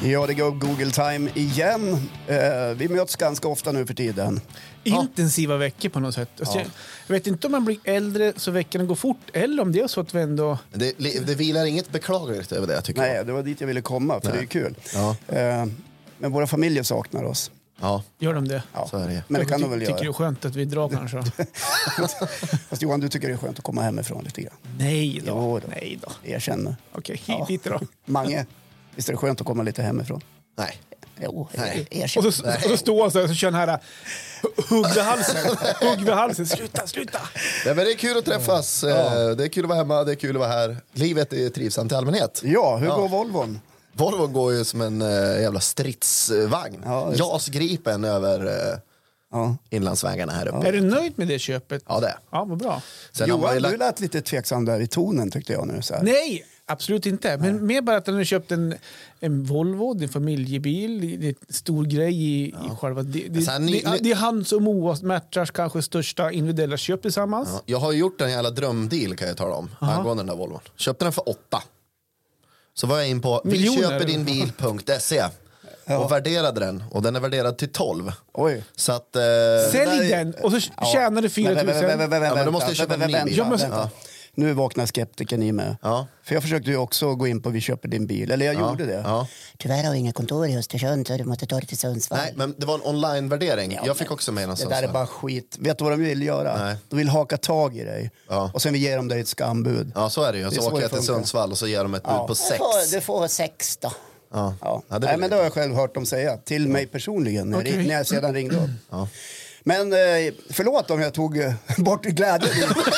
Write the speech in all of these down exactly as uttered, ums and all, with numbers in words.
Ja, det går Google Time igen. Eh, vi möts ganska ofta nu för tiden. Intensiva ja. veckor på något sätt. Alltså, ja. Jag vet inte om man blir äldre så veckorna går fort eller om det är så att vi ändå... Det, det vilar inget beklagligt över det, jag tycker. Nej, jag. det var dit jag ville komma, för Nej. det är kul. Ja. Eh, men våra familjer saknar oss. Ja. Gör de det? Ja, så är det. Men det kan de väl tycker göra. Tycker det är skönt att vi drar kanske. Fast Johan, du tycker det är skönt att komma hemifrån lite grann. Nej då. Jo då. Nej då. Erkänner. Okej, hit, ja. hit då. Mange, visst är det skönt att komma lite hemifrån? Nej. Jo, Nej. Erkänner. Och så, och så står han så här och kör den här hugg vid halsen. Hugg vid halsen. Sluta, sluta. Nej, men det är kul att träffas. Ja. Det är kul att vara hemma, det är kul att vara här. Livet är trivsamt i allmänhet. Ja, hur ja. går Volvon? Volvon går ju som en äh, jävla stridsvagn. Ja, Jas Gripen över äh, ja. inlandsvägarna här uppe. Ja. Är du nöjd med det köpet? Ja, det är. Ja, vad bra. Sen Johan, lagt... du lät lite tveksam där i tonen tyckte jag nu. Så här. Nej, absolut inte. Men Nej. mer bara att han har köpt en, en Volvo, en familjebil. Det är en stor grej i, ja. i själva... Det, det, Sen, det, ni, det är hans och Moas Mätrars kanske största individuella köp tillsammans. Ja. Jag har gjort en jävla drömdeal kan jag tala om. Aha. Angående den där Volvon. Köpte den för åtta. Så var jag in på vi köper din bil punkt se ja. och värderade den. Och den är värderad till tolv. Oj. Så att... Eh, Sälj den och så tjänar du fyra tusen. Ja, men då måste jag köpa en ny bil. Ja. Nu vaknar skeptiken i mig. Ja. För jag försökte ju också gå in på vi köper din bil. Eller jag ja. gjorde det. Ja. Tyvärr har vi inga kontor i Östersund så du måste ta det till Sundsvall. Nej, men det var en online-värdering. Ja, jag fick också med en Det där är bara skit. Vet du vad de vill göra? Nej. De vill haka tag i dig. Ja. Och sen vill ge dem dig ett skambud. Ja, så är det ju. Så, så åker jag till Sundsvall och så ger de ett bud ja. på sex. Du får, du får sex då. Ja. Ja. Ja, det Nej, men det har jag själv hört dem säga. Till mig personligen när, okay. när jag sedan ringde upp. Ja. Men eh, förlåt om jag tog eh, bort glädjen.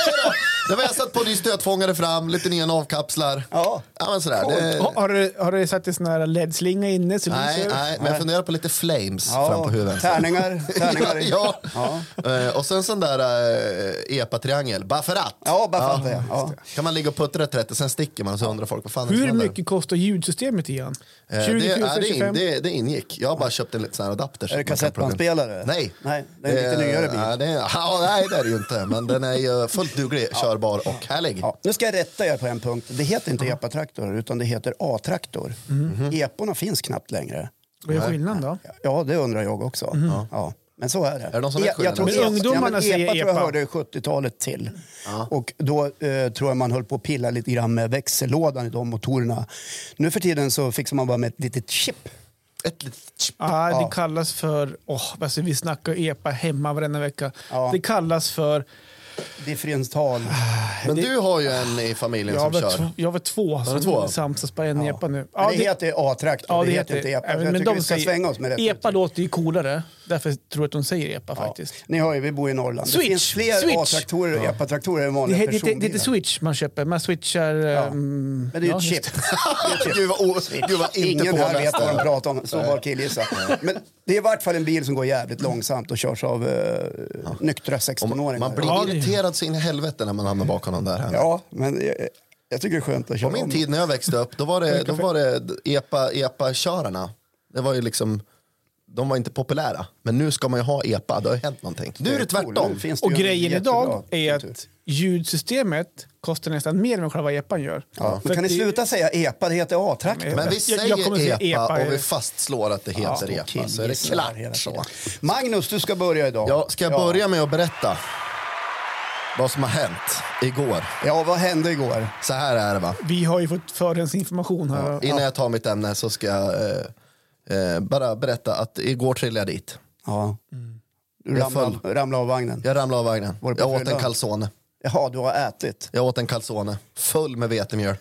Det var jag satt på ny stötfångare fram, lite nya navkapslar. Ja. Ja, men sådär. Det... Har, du, har du satt en sån här L E D-slinga inne? Så nej, nej, men jag funderar på lite flames ja. fram på huvudet. Tärningar. tärningar. ja. ja. Och sen sån där uh, epa-triangel. Bara för att. Ja, bara för ja. ja. Kan man ligga och puttra trettio, sen sticker man och så undrar folk vad fan Hur är det mycket kostar ljudsystemet igen? tjugo det, tusen, det, tjugofem det, det ingick. Jag har bara köpt en liten sån här adapter. Är det kassettbandspelare? Nej. Nej, det är en lite nyare bil. Ja, det är, ja, nej, det är det ju inte. Men den är ju fullt duglig, körbar och härlig. Ja. Nu ska jag rätta er på en punkt. Det heter inte mm. epa-traktor utan det heter A-traktor. Mm. Eporna finns knappt längre. Vad är skillnaden då? Ja, det undrar jag också. Mm. Ja. Men så är det. Är det någon som vet jag tror men ungdomarna ja, säger epa. epa. Tror jag hörde sjuttiotalet till. Ja. Och då eh, tror jag man höll på att pilla lite grann med växellådan i de motorerna. Nu för tiden så fixar man bara med ett litet chip. Ett litet chip. Ah, ja, det kallas för... Oh, alltså vi snackar epa hemma varenda vecka. Ja. Det kallas för... differential. Men det, du har ju en i familjen som kör. Två, jag har två som två? samsas på en ja. epa nu. Ja, det, det heter A-traktor. Ja, det, det heter inte epa. Men, jag men de vi ska svänga oss med det. Epa låter ju coolare. Därför tror jag att de säger epa ja. faktiskt. Ni har ju, vi bor i Norrland. Switch. Det finns fler Switch. A-traktorer och ja. epa-traktorer än vanliga det, personbilar. Det, det är switch man köper. Man switchar... Ja. Um, men det är ju ja, ett chip. Gud vad, Gud vad inte ingen här vet vad de pratar om. Så var killgissa. Men det är i vart fall en bil som går jävligt långsamt och körs av uh, ja. nyktra sexton-åringar. Man blir ja, irriterad så in i helvete när man hamnar bakom den där. Här. Ja, men jag, jag tycker det är skönt att köra. På min om. tid när jag växte upp, då var det, då var det epa, epa-körarna. Det var ju liksom... De var inte populära. Men nu ska man ju ha epa. Det har hänt någonting. Nu är det tvärtom. Det och grejen idag är att ljudsystemet kostar nästan mer än vad själva epan gör. Ja. Men kan ni sluta säga epa? Det heter A-traktor. Men vi säger jag, jag epa, epa och vi fastslår att det heter ja, epa. Så är det klart så. Magnus, du ska börja idag. Ja, ska jag ja. börja med att berätta vad som har hänt igår? Ja, vad hände igår? Så här är det, va? Vi har ju fått förhandsinformation här. Ja. Innan jag tar mitt ämne så ska jag... Eh, Eh, bara berätta att igår trillade jag dit. Ja. Mm. Du ramlade, ramlade av vagnen. Jag ramlade av vagnen. Jag åt en calzone. Jaha, du har ätit. Jag åt en calzone full med vetemjöl.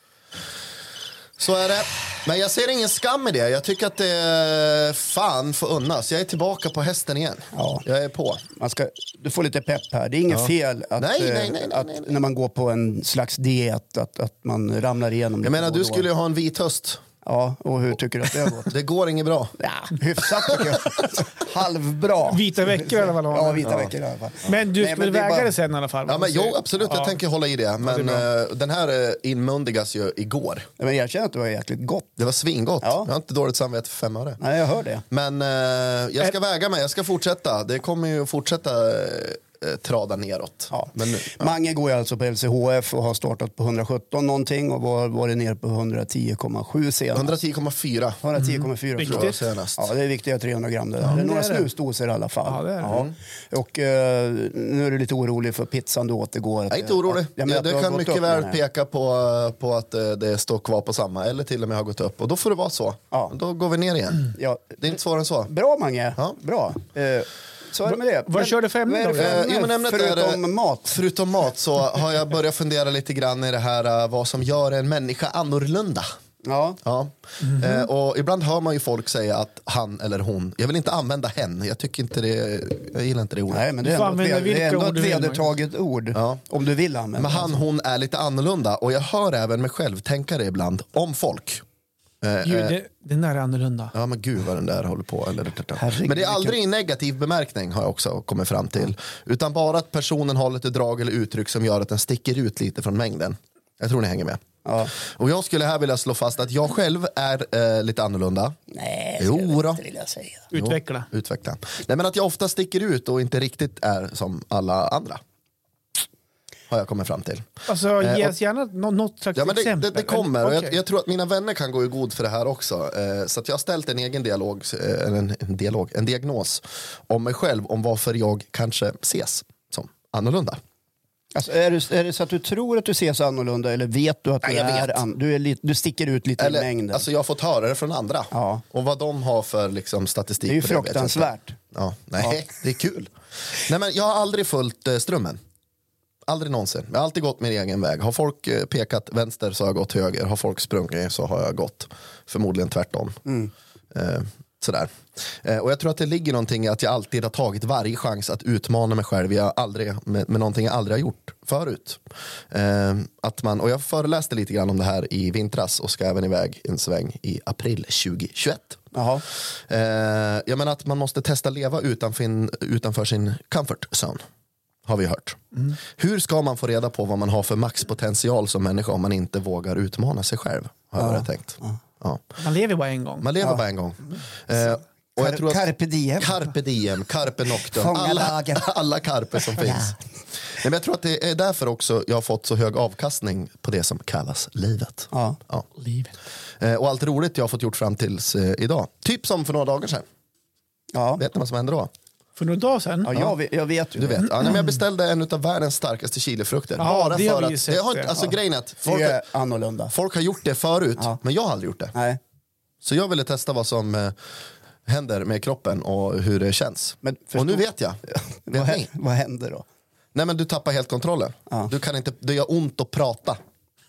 Så är det. Men jag ser ingen skam i det. Jag tycker att det fan får unnas. Jag är tillbaka på hästen igen. Ja. Jag är på. Man ska, du får lite pepp här. Det är inget ja. fel att, nej, nej, nej, nej, att nej, nej. när man går på en slags diet att, att man ramlar igenom. Jag menar, du skulle ju ha en vit höst. Ja, och hur tycker du att det har gått? Det går inget bra. Ja, hyfsat tycker jag. Halvbra. Vita veckor i alla fall. Ja, vita ja. veckor i alla fall. Men du skulle väga bara... det sen i alla fall. Ja, men jo, absolut. Ja. Jag tänker hålla i det. Men ja, det den här inmundigas ju igår. Ja, men jag känner att det var jäkligt gott. Det var svingott. Ja. Jag har inte dåligt samvete för fem öre. Nej, jag hör det. Men eh, jag ska Ä... väga mig. Jag ska fortsätta. Det kommer ju fortsätta eh, trada neråt. Ja. Men nu, ja. Mange går ju alltså på L C H F och har startat på hundrasjutton någonting och var, var det ner på hundratio komma sju senast. hundratio komma fyra. hundratio komma fyra Mm. tror jag senast. Ja, det är viktiga trehundra gram det där. Ja, det är det några är det. snusdoser i alla fall. Ja, det är det. Ja. Och eh, nu är du lite orolig för pizzan du återgår. Jag är inte orolig. Ja, men det att du det har kan gått mycket upp väl med den här. peka på, på att eh, det står kvar på samma eller till och med har gått upp. Och då får det vara så. Ja. Då går vi ner igen. Ja. Det är inte svårare än så. Bra Mange, Ja. bra. Eh, så är det med det. Vad kör du för ämne vad är det då? för Eh, ämne? jo, men ämnet Förutom är, mat. Förutom mat så har jag börjat fundera lite grann i det här uh, vad som gör en människa annorlunda. Ja. Ja. Eh, och ibland hör man ju folk säga att han eller hon, jag vill inte använda hen, jag tycker inte det, jag gillar inte det ordet. Nej, men det Du är får ändå, använda ett, det är vilka ändå ord ett du vill, vedertaget ord. Ja. Om du vill använda Men han, hon är lite annorlunda och jag hör även mig själv tänka det ibland om folk. Eh, Gud, eh, det, den där är annorlunda. Ja men gud vad den där håller på. Eller, Herregud, men det är aldrig en negativ bemärkning har jag också kommit fram till. Utan bara att personen har lite drag eller uttryck som gör att den sticker ut lite från mängden. Jag tror ni hänger med. Ja. Och jag skulle här vilja slå fast att jag själv är eh, lite annorlunda. Nej, Jo skulle jag då. inte vilja säga. Utveckla. Jo, utveckla. Nej men att jag ofta sticker ut och inte riktigt är som alla andra. Har jag kommit fram till. Alltså, Eh, ge oss gärna nå- något slags Ja, men det, exempel. det, det kommer. Och Okej. jag, jag tror att mina vänner kan gå i god för det här också. Eh, så att jag har ställt en egen dialog, eh, en, en, dialog, en diagnos om mig själv om varför jag kanske ses som annorlunda. Alltså, är, det, är det så att du tror att du ser så annorlunda eller vet du att du, Nej, jag är vet. an, du, är li, du sticker ut lite Eller, i mängden? alltså jag har fått höra det från andra. Ja. Och vad de har för liksom, statistik det är ju på vet jag inte. fruktansvärt. Ja, nej, det är kul. Nej, men jag har aldrig följt eh, strömmen. Aldrig någonsin. Jag har alltid gått min egen väg. Har folk eh, pekat vänster så har jag gått höger. Har folk sprungit så har jag gått förmodligen tvärtom. Mm. Eh, sådär. Eh, och jag tror att det ligger någonting i att jag alltid har tagit varje chans att utmana mig själv. Jag aldrig, med, med någonting jag aldrig har gjort förut. Eh, att man, och jag föreläste lite grann om det här i vintras och ska även iväg en sväng i april tjugohundratjugoett. Jaha. Eh, jag menar att man måste testa leva utanför, utanför sin comfort zone. Har vi hört. Mm. Hur ska man få reda på vad man har för maxpotential som människa om man inte vågar utmana sig själv? Har jag Ja. ja. tänkt. Ja. Ja. Man lever bara en gång. Man lever Ja. bara en gång. Eh, och jag tror att Carpe diem. Carpe diem, carpe noctem. Fånga Alla, dagen. alla carpe som finns. Nej, men jag tror att det är därför också jag har fått så hög avkastning på det som kallas livet. Ja. Ja. Livet. Eh, och allt roligt jag har fått gjort fram tills eh, idag. Typ som för några dagar sedan. Ja. Vet ni vad som hände då? För några dagar sedan. Ja, jag, vet, jag vet ju Du det. vet, ja, nej, men jag beställde en av världens starkaste chilifrukter. Ja, bara det har för vi ju att, sett det har, det. inte- alltså Ja. grejen är att Det folk, är har- annorlunda. folk har gjort det förut, Ja. men jag har aldrig gjort det. Nej. Så jag ville testa vad som eh, händer med kroppen och hur det känns. Men och nu förstå- vet jag. Vad, Vet ni? vad händer då? Nej men du tappar helt kontrollen. Ja. Du kan inte, det gör ont att prata.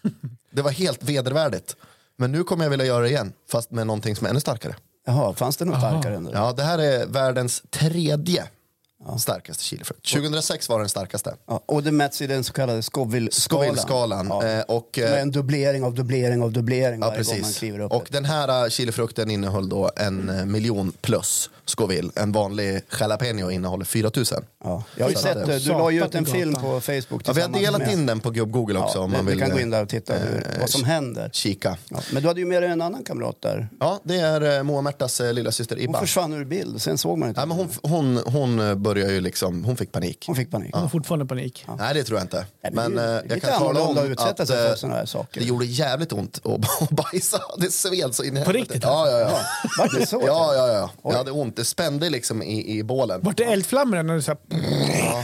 Det var helt vedervärdigt. Men nu kommer jag vilja göra det igen, fast med någonting som är ännu starkare. Jaha, fanns det något starkare än det? Ja, det här är världens tredje starkaste chilifrukt. tjugohundrasex var den starkaste. Ja, och det mäts i den så kallade Scoville-skalan. Scoville-skalan. Ja. Eh, och, Som är eh, en dubblering av dubblering av dubblering Ja, varje gång man precis. kliver upp. Och den här uh, chilifrukten innehöll då en uh, miljon plus Scoville. En vanlig jalapeno innehåller fyra tusen. Ja. Jag har ju Så sett att, det. Du la ju ut en Satan på film gatan. på Facebook Ja, vi har tillsammans delat med- in den på Google också Ja, om det- man vi vill kan gå eh, in där och titta hur, eh, vad som händer. kika. Ja, men du hade ju med dig en annan kamrat där. Ja, det är uh, Moa Märtas uh, lilla syster Hon Ibba. försvann ur bild, sen såg man inte. Ja, men hon, hon, hon uh, började ju liksom, hon fick panik. Hon fick panik. Jag har fortfarande panik. Nej, det tror jag inte. Nej, men det är uh, ju jag lite kan tala om annorlunda att utsätta att sig för uh, såna här saker. det gjorde jävligt ont att att bajsa. Det sved så in i På helvete. riktigt? Ja, ja, ja. Var det så? Ja, ja, ja. Jag hade ont. Det spände liksom i, i bålen. Vart är eldflammorna när du så här,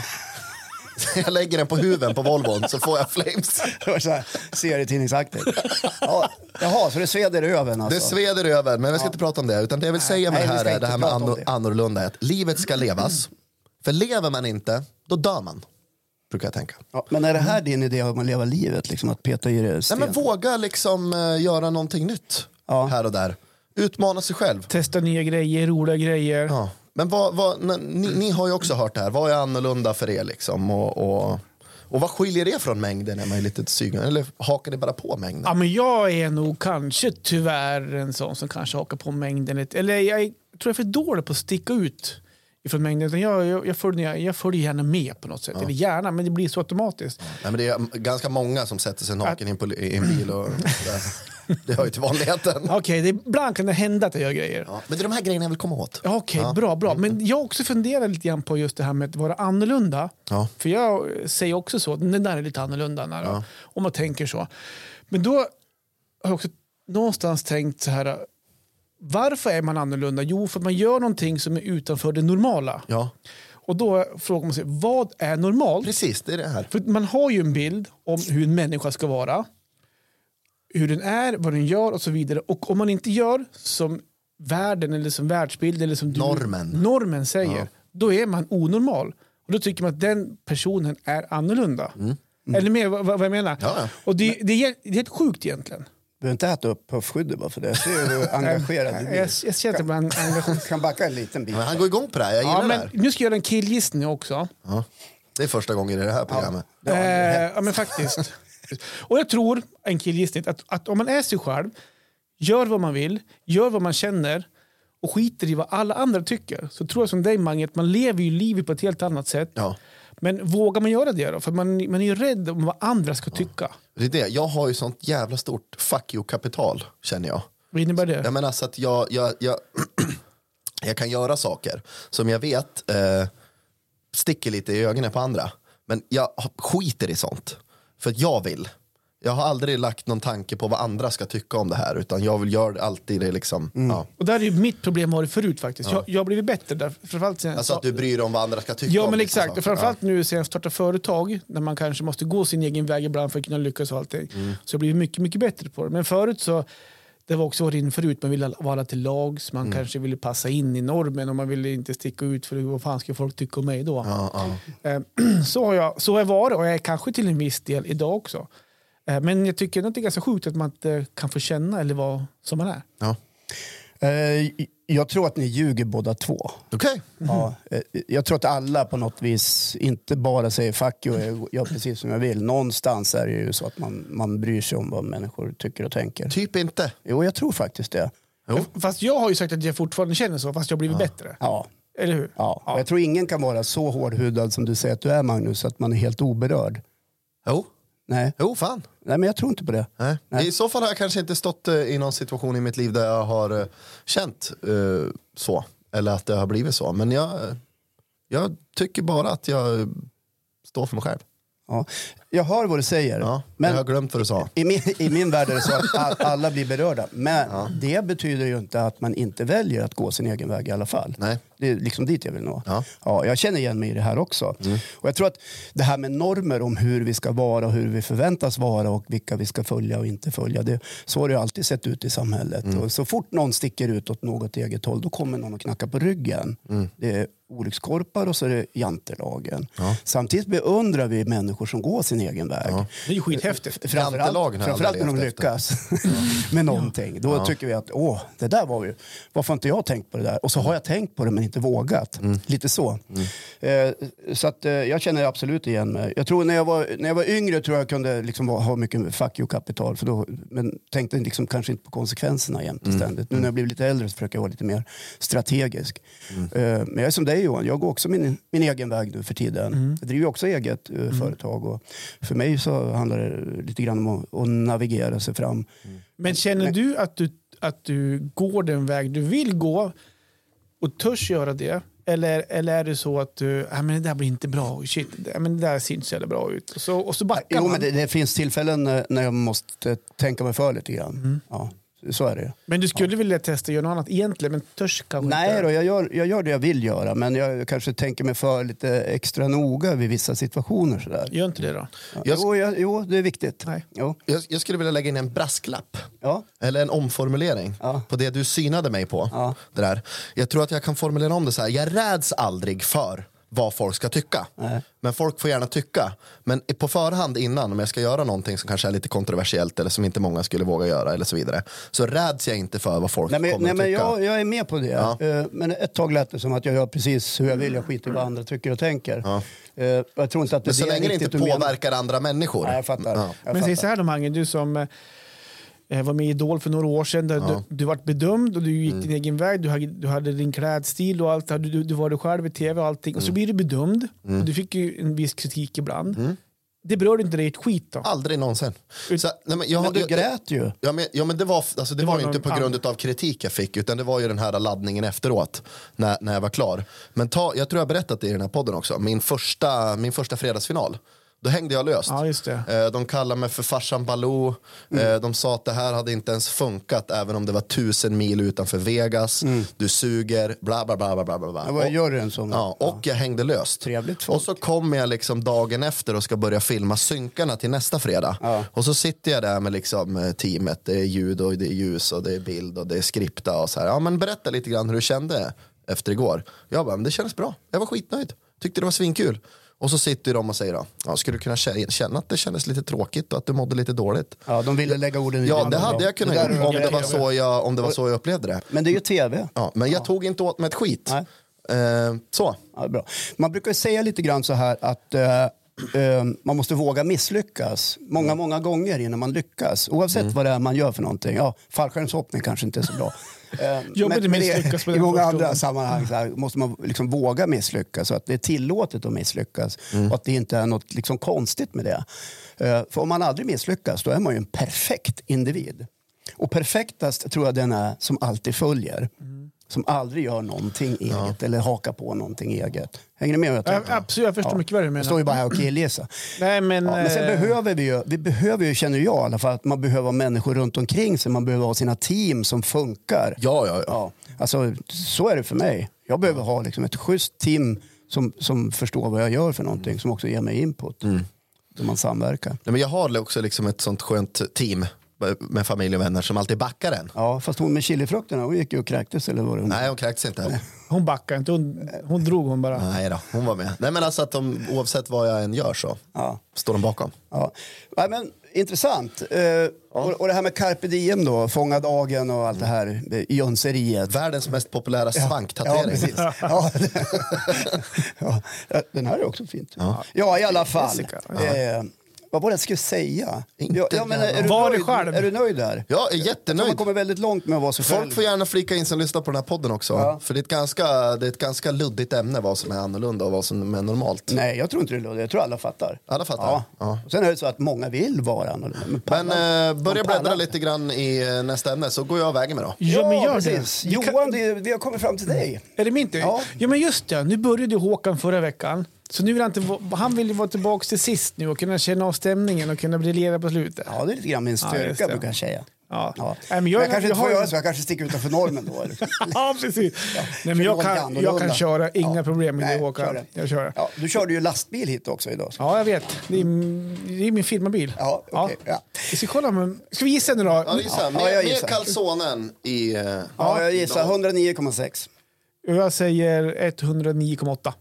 Jag lägger den på huven på Volvon så får jag flames. Det var så här serietidningsaktigt. Ja, jaha, så det sveder i öven alltså? Det sveder över, men vi ska inte prata om det. Utan det jag vill säga med Nej, det vi här ska är inte det här med prata om anno- det. annorlunda är att livet ska levas. För lever man inte, då dör man. Brukar jag tänka. Ja, men är det här din idé om att leva livet? Liksom att peta i det Nej, sten? men våga liksom uh, göra någonting nytt. Ja. Här och där. Utmana sig själv. testa nya grejer, roliga grejer. Ja. Men vad, vad, när, ni, ni har ju också hört det här. Vad är annorlunda för er liksom? Och, och, och vad skiljer det från mängden? Är man ju lite sugen? Eller hakar ni bara på mängden? Ja, men jag är nog kanske tyvärr en sån som kanske hakar på mängden lite. Eller jag är- tror jag är för dålig på att sticka ut ifrån mängden. Utan jag, jag, jag, följer, jag följer gärna med på något sätt. Ja. Eller gärna, men det blir så automatiskt. Ja. Nej, men det är ganska många som sätter sig naken in på, i en bil och det hör ju till vanligheten. Okej, okay, ibland kan det hända att jag gör grejer. Ja, men det är de här grejerna jag vill komma åt. Okej, okay, ja. bra, bra. Men jag också funderar lite grann på just det här med att vara annorlunda. Ja. För jag säger också så, den där är lite annorlunda när, ja. om man tänker så. Men då har jag också någonstans tänkt så här, varför är man annorlunda? Jo, för att man gör någonting som är utanför det normala. Ja. Och då frågar man sig, vad är normalt? Precis, det är det här. För man har ju en bild om hur en människa ska vara. Hur den är, vad den gör och så vidare. Och om man inte gör som världen eller som världsbild eller som du, normen. normen säger, ja. då är man onormal. Och då tycker man att den personen är annorlunda. Mm. Mm. Eller mer vad, vad jag menar. Ja, ja. Och det, det, är, det är helt sjukt egentligen. Du behöver inte äta upp puffskyddet bara för det. Så är du engagerad. jag, jag, jag känner att man engagerad. Kan backa en liten bit. Men han går igång på det här, jag gillar ja, men det här. Nu ska jag göra en killgissning också. Ja. Det är första gången i det här programmet. Ja, ja, eh, ja men faktiskt. Och jag tror, en killgissning, att, att om man är sig själv, gör vad man vill, gör vad man känner och skiter i vad alla andra tycker, så tror jag som dig, Mange, att man lever ju livet på ett helt annat sätt. Ja. Men vågar man göra det då? För man, man är ju rädd om vad andra ska tycka. Ja. Det är det. Jag har ju sånt jävla stort fuck you-kapital, känner jag. Vad innebär det? Jag menar så att jag, jag, jag, jag kan göra saker som jag vet eh, sticker lite i ögonen på andra. Men jag skiter i sånt. För att jag vill. Jag har aldrig lagt någon tanke på vad andra ska tycka om det här. Utan jag vill göra alltid det liksom. Mm. Ja. Och där är ju mitt problem varit förut faktiskt. Ja. Jag, jag har blivit bättre där. Framförallt sen, alltså att du bryr dig om vad andra ska tycka ja, om. Ja men exakt. Och framförallt ja. nu sen jag startar företag. När man kanske måste gå sin egen väg ibland för att kunna lyckas och allting. Mm. Så jag blir mycket, mycket bättre på det. Men förut så. Det var också in förut. Man ville vara till lags. Man mm. kanske ville passa in i normen. Och man ville inte sticka ut. För vad fan ska folk tycka om mig då? Ja, ja. Så har jag, så har jag varit. Och jag är kanske till en viss del idag också. Men jag tycker att det är ganska sjukt att man inte kan få känna eller vara som man är. Ja. Jag tror att ni ljuger båda två. Okej. Okay. Ja, jag tror att alla på något vis inte bara säger fuck you och gör precis som jag vill. Någonstans är det ju så att man, man bryr sig om vad människor tycker och tänker. Typ inte. Jo, jag tror faktiskt det. Jo. Fast jag har ju sagt att jag fortfarande känner så, fast jag har blivit ja. bättre. Ja. Eller hur? Ja. ja. Jag tror ingen kan vara så hårdhudad som du säger att du är, Magnus, att man är helt oberörd. Jo. Nej. Jo, fan. Nej, men jag tror inte på det. Nej. Nej. I så fall har jag kanske inte stått uh, i någon situation i mitt liv där jag har uh, känt uh, så. Eller att det har blivit så. Men jag, uh, jag tycker bara att jag uh, står för mig själv. Ja. Jag hör vad du säger. Ja, men jag har glömt vad du sa. I min, i min värld är det så att all, alla blir berörda. Men ja. det betyder ju inte att man inte väljer att gå sin egen väg i alla fall. Nej. Det är liksom dit jag vill nå. Ja. Ja, jag känner igen mig i det här också. Mm. Och jag tror att det här med normer om hur vi ska vara och hur vi förväntas vara och vilka vi ska följa och inte följa. Det, så har det alltid sett ut i samhället. Mm. Och så fort någon sticker ut åt något eget håll, då kommer någon att knacka på ryggen. Mm. Det är olyckskorpar och så är det jantelagen. Ja. Samtidigt beundrar vi människor som går sin egen väg. Ja. Det är ju skithäftigt. Framförallt, framförallt när de lyckas med någonting. Då ja. tycker vi att åh, det där var ju, varför har inte jag tänkt på det där? Och så har jag tänkt på det men inte vågat. Mm. Lite så. Mm. Eh, så att eh, jag känner absolut igen mig. Jag tror när jag var, när jag var yngre tror jag kunde liksom ha mycket fuck you-kapital. För då, men tänkte liksom kanske inte på konsekvenserna jämt och ständigt. Mm. Nu när jag blivit lite äldre så försöker jag vara lite mer strategisk. Mm. Eh, men jag är som dig Johan, jag går också min, min egen väg nu för tiden. Mm. Jag driver också eget eh, mm. företag. Och för mig så handlar det lite grann om att, att navigera sig fram. Mm. Men känner du att, du att du går den väg du vill gå och törs göra det? Eller, eller är det så att du, ah, men det där blir inte bra, shit, det, men det där ser inte så jävla bra ut. Och så, och så backar jo, man. Men det, det finns tillfällen när jag måste tänka mig för lite grann. Mm. Ja. Så är det. Men du skulle ja. vilja testa göra något annat egentligen, men törs kanske Nej inte. då, jag gör, jag gör det jag vill göra, men jag kanske tänker mig för lite extra noga vid vissa situationer. Sådär. Gör inte det då? Ja. Jag, jo, jag, jo, det är viktigt. Nej. Jo. Jag, jag skulle vilja lägga in en brasklapp. Ja. Eller en omformulering ja. på det du synade mig på. Ja. Det där. Jag tror att jag kan formulera om det så här. Jag räds aldrig för vad folk ska tycka. Nej. Men folk får gärna tycka. Men på förhand innan, om jag ska göra någonting som kanske är lite kontroversiellt eller som inte många skulle våga göra eller så vidare, så räds jag inte för vad folk nej, men, kommer nej, att tycka. Men jag, jag är med på det. Ja. Men ett tag lät det som att jag gör precis hur jag vill. Jag skiter i vad andra tycker och tänker. Ja. Jag tror inte att det men så länge det inte påverkar andra människor. Nej, jag fattar. Ja. Jag men säg så här då, Mange, du som Jag var med i Idol för några år sedan. Där ja. du, du var bedömd och du gick mm. din egen väg. Du hade, du hade din klädstil och allt. Du, du, du var du själv i tv och allting. Mm. Och så blir du bedömd. Mm. Och du fick ju en viss kritik ibland. Mm. Det berörde inte dig ett skit då? Aldrig någonsin. Så, nej, men, jag, men du jag, grät ju. Ja men, ja, men det var, alltså, det det var, var ju inte på grund av kritik jag fick. Utan det var ju den här laddningen efteråt. När, när jag var klar. Men ta, jag tror jag har berättat det i den här podden också. Min första, min första fredagsfinal. Då hängde jag löst. Ja, just det. De kallade mig för farsan Baloo. Mm. De sa att det här hade inte ens funkat även om det var tusen mil utanför Vegas. Mm. Du suger, bla bla bla bla bla. bla. Ja, vad gör du en sån? Ja, och jag hängde löst. Trevligt folk. Och så kommer jag liksom dagen efter och ska börja filma synkarna till nästa fredag. Ja. Och så sitter jag där med liksom teamet. Det är ljud och det är ljus och det är bild och det är skripta och så här. Ja, men berätta lite grann hur du kände efter igår. Jag bara, men det känns bra. Jag var skitnöjd. Tyckte det var svinkul. Och så sitter de och säger då, ja, skulle du kunna känna att det kändes lite tråkigt och att du mådde lite dåligt? Ja, de ville lägga orden i Ja, det hade jag kunnat göra om det var så jag, om det var så jag upplevde det. Men det är ju tv. Ja, men jag ja. tog inte åt mig ett skit. Nej. Eh, så. Ja, bra. Man brukar säga lite grann så här att eh, eh, man måste våga misslyckas många, mm. många gånger innan man lyckas. Oavsett mm. vad det är man gör för någonting. Ja, fallskärmshoppning kanske inte är så bra. Jo, men, men det, i många andra sammanhang så här, måste man liksom våga misslyckas så att det är tillåtet att misslyckas mm. och att det inte är något liksom konstigt med det. Uh, för om man aldrig misslyckas då är man ju en perfekt individ. Och perfektast tror jag den är som alltid följer. Mm. Som aldrig gör någonting eget ja. eller hakar på någonting eget. Hänger ni med? Ja, absolut, jag förstår ja. mycket vad du menar. Det står ju bara här och killgissa. Nej, men, ja, men sen äh... behöver vi ju, vi behöver ju, känner jag i alla fall, att man behöver ha människor runt omkring sig. Man behöver ha sina team som funkar. Ja, ja, ja. ja. Alltså, så är det för mig. Jag behöver ha liksom ett schysst team som, som förstår vad jag gör för någonting. Mm. Som också ger mig input. Mm. Så man samverkar. Nej, men jag har också liksom ett sånt skönt team med familj och vänner som alltid backar en. Ja, fast hon med chilifrukterna, hon gick ju och kräktes eller var det hon? Nej, hon kräktes inte. Nej. Hon backade inte, hon, hon drog hon bara. Nej då, hon var med. Nej men alltså att de, oavsett vad jag än gör så ja. står de bakom. Ja, ja men intressant. Uh, ja. och, och det här med carpe diem då, fånga dagen och allt det här jönseriet. Världens mest populära svanktatuering. Ja, ja, ja, ja, den här är också fint. Ja, ja i alla fall. Ja. Uh, Vad var det jag skulle säga? Ja, ja, men är, du var nöjd? Det själv? Är du nöjd där? Jag är jättenöjd. Man kommer väldigt långt med att vara så Folk själv. får gärna flika in som lyssnar på den här podden också. Ja. För det är, ett ganska, det är ett ganska luddigt ämne vad som är annorlunda och vad som är normalt. Nej, jag tror inte det är luddigt. Jag tror alla fattar. Alla fattar? Ja. Ja. Sen är det så att många vill vara annorlunda. Men, men äh, börja bläddra lite grann i nästa ämne så går jag vägen med då. Ja, men gör precis. Det. Johan, det, vi har kommit fram till dig. Är det min tur? Ja. ja, men just det. Nu började Håkan förra veckan. Så nu vill han, inte, han vill vara tillbaka till sist nu och kunna känna av stämningen och kunna briljera på slutet. Ja, det är lite grann min styrka ja, brukar jag säga. Ja. Ja. Nej, men jag, jag kanske jag inte får har... göra så, jag kanske sticker utanför normen då. Ja, precis. Ja. Nej, men jag, kan, jag kan köra, inga ja. problem med Nej, det, Håkan. Jag kör. Ja, du körde ju lastbil hit också idag. Så. Ja, jag vet. Det är, det är min firmabil. Ja, okay. ja. Vi ska kolla, men... Ska vi gissa nu då? Ja, gissa. Ja, med, jag gissar. Med kalsonen i... Uh, ja, jag gissar hundranio komma sex. Jag säger etthundranio komma åtta.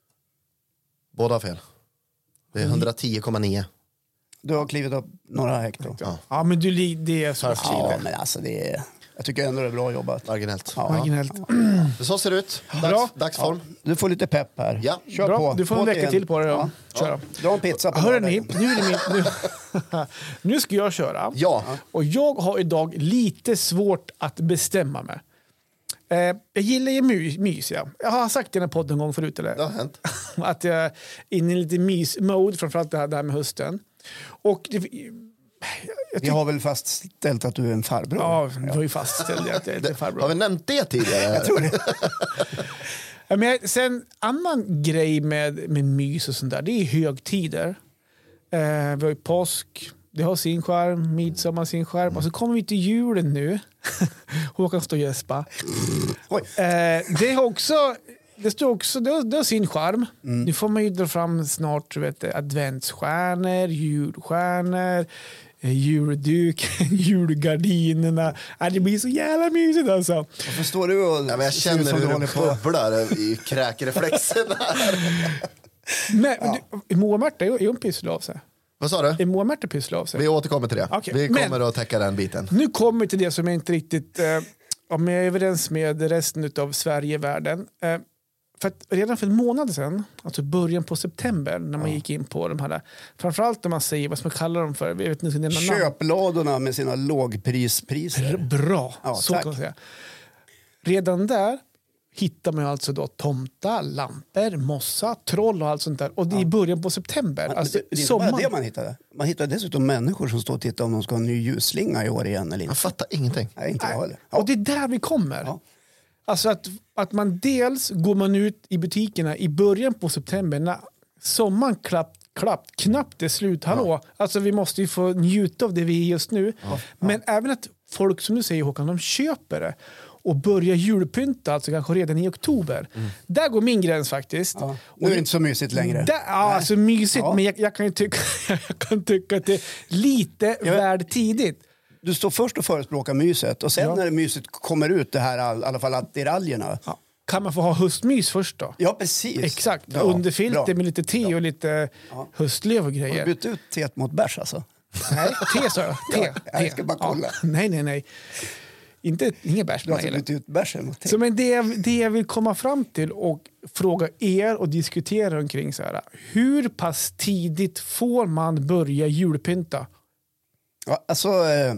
Båda fel. Det är hundratio komma nio. Du har klivit upp några hektar. Ja, ja men du, det är så. Ja, men alltså det är... Jag tycker ändå det är bra jobbat. Marginellt. Ja. Marginellt. Det så ser det ut. Dags, bra. Dagsform. Ja, du får lite pepp här. Ja. Kör bra. på. Du får en vecka till på det då. Ja. Köra. Dra en pizza på Hörrni, nu, är det min, nu, nu ska jag köra. Ja. Och jag har idag lite svårt att bestämma mig. Eh, jag gillar ju mys, mys ja. Jag har sagt det i den här podden en gång förut. Eller? Det har hänt. Att jag är inne i lite mys-mode, framförallt det här, det här med hösten. Och det, vi har väl fastställt att du är en farbror? Ja, vi har ju fastställt att jag är en farbror. Har vi nämnt det tidigare? Jag tror det. Ja, men sen annan grej med, med mys och sånt där, det är högtider. Eh, vi har ju påsk, det har sin skärm, midsommar sin skärm. Mm. Och så kommer vi till julen nu. Håkan står och gäspa. Oj. Eh, det har också... Det står också, det har, det har sin charm. Mm. Nu får man ju dra fram snart vet, adventsstjärnor, julstjärnor, julduk, julgardinerna. Ja, det blir så jävla mysigt alltså. Jag förstår du och ja, men jag känner hur det bubblar i kräkreflexerna. Men ja. du, Moa Märta är hon pysslar av sig. Vad sa du? Är Moa Märta pysslar av sig? Vi återkommer till det. Okay. Vi kommer men, att täcka den biten. Nu kommer till det som är inte riktigt... Eh, om jag är överens med resten av Sverigevärlden. Eh, för att redan för en månad sedan, alltså början på september, när man ja. gick in på de här, framförallt när man säger, vad ska man kalla dem för? Jag vet inte, köplådorna med sina lågprispriser. Bra, ja, så tack. Kan man säga. Redan där hittar man alltså då tomta, lampor, mossa, troll och allt sånt där. Och det är i början på september. Man, alltså, det, det är inte bara det man hittade. Man hittade dessutom människor som står och tittar om de ska ha en ny ljusslinga i år igen eller inte. Jag fattar ingenting. Nej, inte Nej. Jag heller. Ja. Och det är där vi kommer. Ja. Alltså att, att man dels går man ut i butikerna i början på september när sommaren klappt Klappt, knappt är slut. Hallå, ja. Alltså vi måste ju få njuta av det vi är just nu. Ja. Men ja. även att folk, som du säger Håkan, de köper det och börjar julpynta, alltså kanske redan i oktober. Mm. Där går min gräns faktiskt. Ja. Nu är det inte så mysigt längre. Där, ja, alltså mysigt, ja. men jag, jag, kan ju tycka, jag kan tycka att det är lite ja. värd tidigt. Du står först och förespråkar myset och sen ja. när det myset kommer ut, det här i alla fall attiraljerna. Ja. Kan man få ha höstmys först då? Ja, precis. Exakt, ja, under filter med lite te ja. och lite ja. höstlöv och grejer. Har du bytt ut teet mot bärs alltså? Nej, te sa jag. Te. Ja, jag ska bara kolla. Ja. Nej, nej, nej. Inte, inga bärs. Du har alltså bytt ut bärsen mot te. Så, men det, det jag vill komma fram till och fråga er och diskutera omkring så här. Hur pass tidigt får man börja julpynta? Ja, alltså... Eh,